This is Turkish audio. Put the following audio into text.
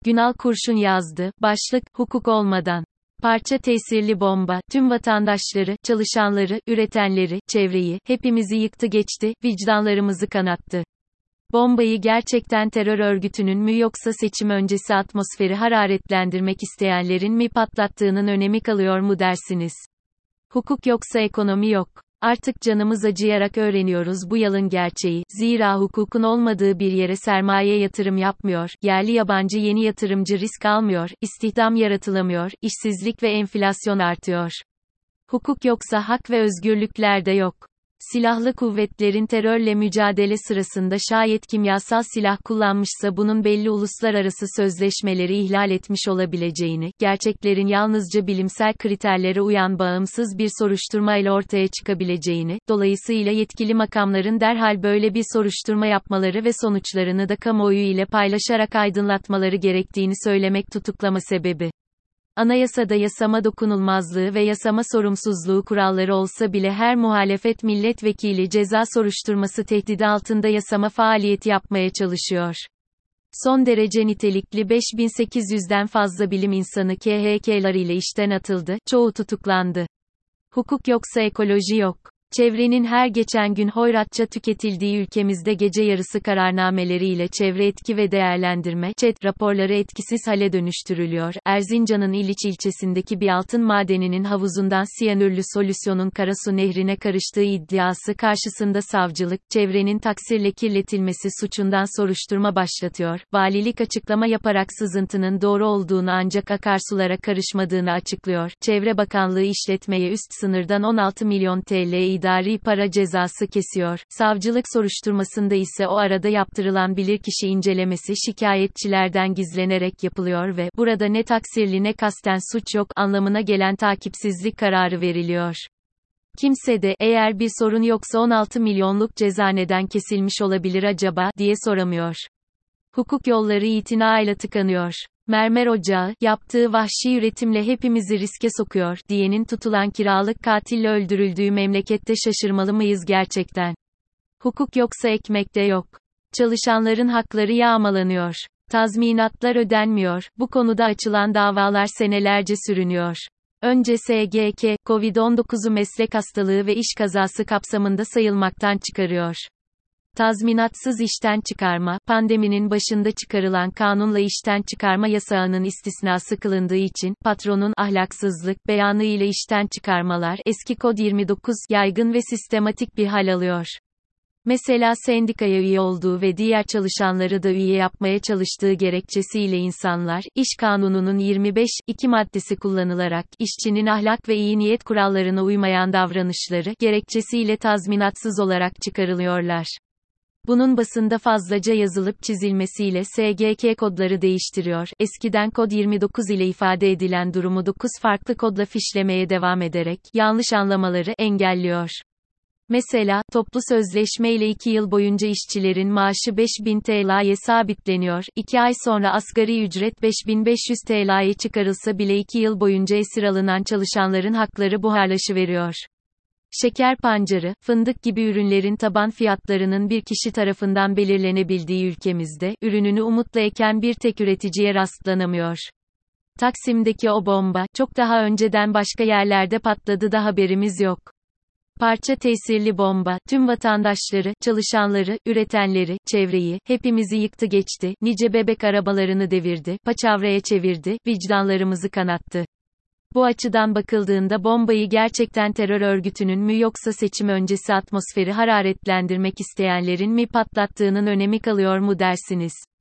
Günal Kurşun yazdı. Başlık, hukuk olmadan. Parça tesirli bomba, tüm vatandaşları, çalışanları, üretenleri, çevreyi, hepimizi yıktı geçti, vicdanlarımızı kanattı. Bombayı gerçekten terör örgütünün mü yoksa seçim öncesi atmosferi hararetlendirmek isteyenlerin mi patlattığının önemi kalıyor mu dersiniz? Hukuk yoksa ekonomi yok. Artık canımız acıyarak öğreniyoruz bu yalın gerçeği. Zira hukukun olmadığı bir yere sermaye yatırım yapmıyor, yerli yabancı yeni yatırımcı risk almıyor, istihdam yaratılamıyor, işsizlik ve enflasyon artıyor. Hukuk yoksa hak ve özgürlükler de yok. Silahlı kuvvetlerin terörle mücadele sırasında şayet kimyasal silah kullanmışsa bunun belli uluslararası sözleşmeleri ihlal etmiş olabileceğini, gerçeklerin yalnızca bilimsel kriterlere uyan bağımsız bir soruşturmayla ortaya çıkabileceğini, dolayısıyla yetkili makamların derhal böyle bir soruşturma yapmaları ve sonuçlarını da kamuoyu ile paylaşarak aydınlatmaları gerektiğini söylemek tutuklama sebebi. Anayasada yasama dokunulmazlığı ve yasama sorumsuzluğu kuralları olsa bile her muhalefet milletvekili ceza soruşturması tehdidi altında yasama faaliyeti yapmaya çalışıyor. Son derece nitelikli 5800'den fazla bilim insanı KHK'larıyla işten atıldı, çoğu tutuklandı. Hukuk yoksa ekoloji yok. Çevrenin her geçen gün hoyratça tüketildiği ülkemizde gece yarısı kararnameleriyle çevre etki ve değerlendirme (ÇED) raporları etkisiz hale dönüştürülüyor. Erzincan'ın İliç ilçesindeki bir altın madeninin havuzundan siyanürlü solüsyonun Karasu Nehri'ne karıştığı iddiası karşısında savcılık, çevrenin taksirle kirletilmesi suçundan soruşturma başlatıyor. Valilik açıklama yaparak sızıntının doğru olduğunu ancak akarsulara karışmadığını açıklıyor. Çevre Bakanlığı işletmeye üst sınırdan 16 milyon TL idari para cezası kesiyor. Savcılık soruşturmasında ise o arada yaptırılan bilirkişi incelemesi şikayetçilerden gizlenerek yapılıyor ve burada ne taksirli ne kasten suç yok anlamına gelen takipsizlik kararı veriliyor. Kimse de eğer bir sorun yoksa 16 milyonluk ceza neden kesilmiş olabilir acaba diye soramıyor. Hukuk yolları itinayla tıkanıyor. Mermer ocağı, yaptığı vahşi üretimle hepimizi riske sokuyor, diyenin tutulan kiralık katille öldürüldüğü memlekette şaşırmalı mıyız gerçekten? Hukuk yoksa ekmek de yok. Çalışanların hakları yağmalanıyor. Tazminatlar ödenmiyor, bu konuda açılan davalar senelerce sürünüyor. Önce SGK, Covid-19'u meslek hastalığı ve iş kazası kapsamında sayılmaktan çıkarıyor. Tazminatsız işten çıkarma, pandeminin başında çıkarılan kanunla işten çıkarma yasağının istisnası kılındığı için, patronun ahlaksızlık beyanı ile işten çıkarmalar, eski kod 29, yaygın ve sistematik bir hal alıyor. Mesela sendikaya üye olduğu ve diğer çalışanları da üye yapmaya çalıştığı gerekçesiyle insanlar, İş Kanunu'nun 25.2 maddesi kullanılarak, işçinin ahlak ve iyi niyet kurallarına uymayan davranışları, gerekçesiyle tazminatsız olarak çıkarılıyorlar. Bunun basında fazlaca yazılıp çizilmesiyle SGK kodları değiştiriyor. Eskiden kod 29 ile ifade edilen durumu 9 farklı kodla fişlemeye devam ederek, yanlış anlamaları engelliyor. Mesela, toplu sözleşme ile 2 yıl boyunca işçilerin maaşı 5.000 TL'ye sabitleniyor, 2 ay sonra asgari ücret 5.500 TL'ye çıkarılsa bile 2 yıl boyunca esir alınan çalışanların hakları buharlaşıveriyor. Şeker pancarı, fındık gibi ürünlerin taban fiyatlarının bir kişi tarafından belirlenebildiği ülkemizde, ürününü umutla eken bir tek üreticiye rastlanamıyor. Taksim'deki o bomba, çok daha önceden başka yerlerde patladı da haberimiz yok. Parça tesirli bomba, tüm vatandaşları, çalışanları, üretenleri, çevreyi, hepimizi yıktı geçti, nice bebek arabalarını devirdi, paçavraya çevirdi, vicdanlarımızı kanattı. Bu açıdan bakıldığında bombayı gerçekten terör örgütünün mü yoksa seçim öncesi atmosferi hararetlendirmek isteyenlerin mi patlattığının önemi kalıyor mu dersiniz?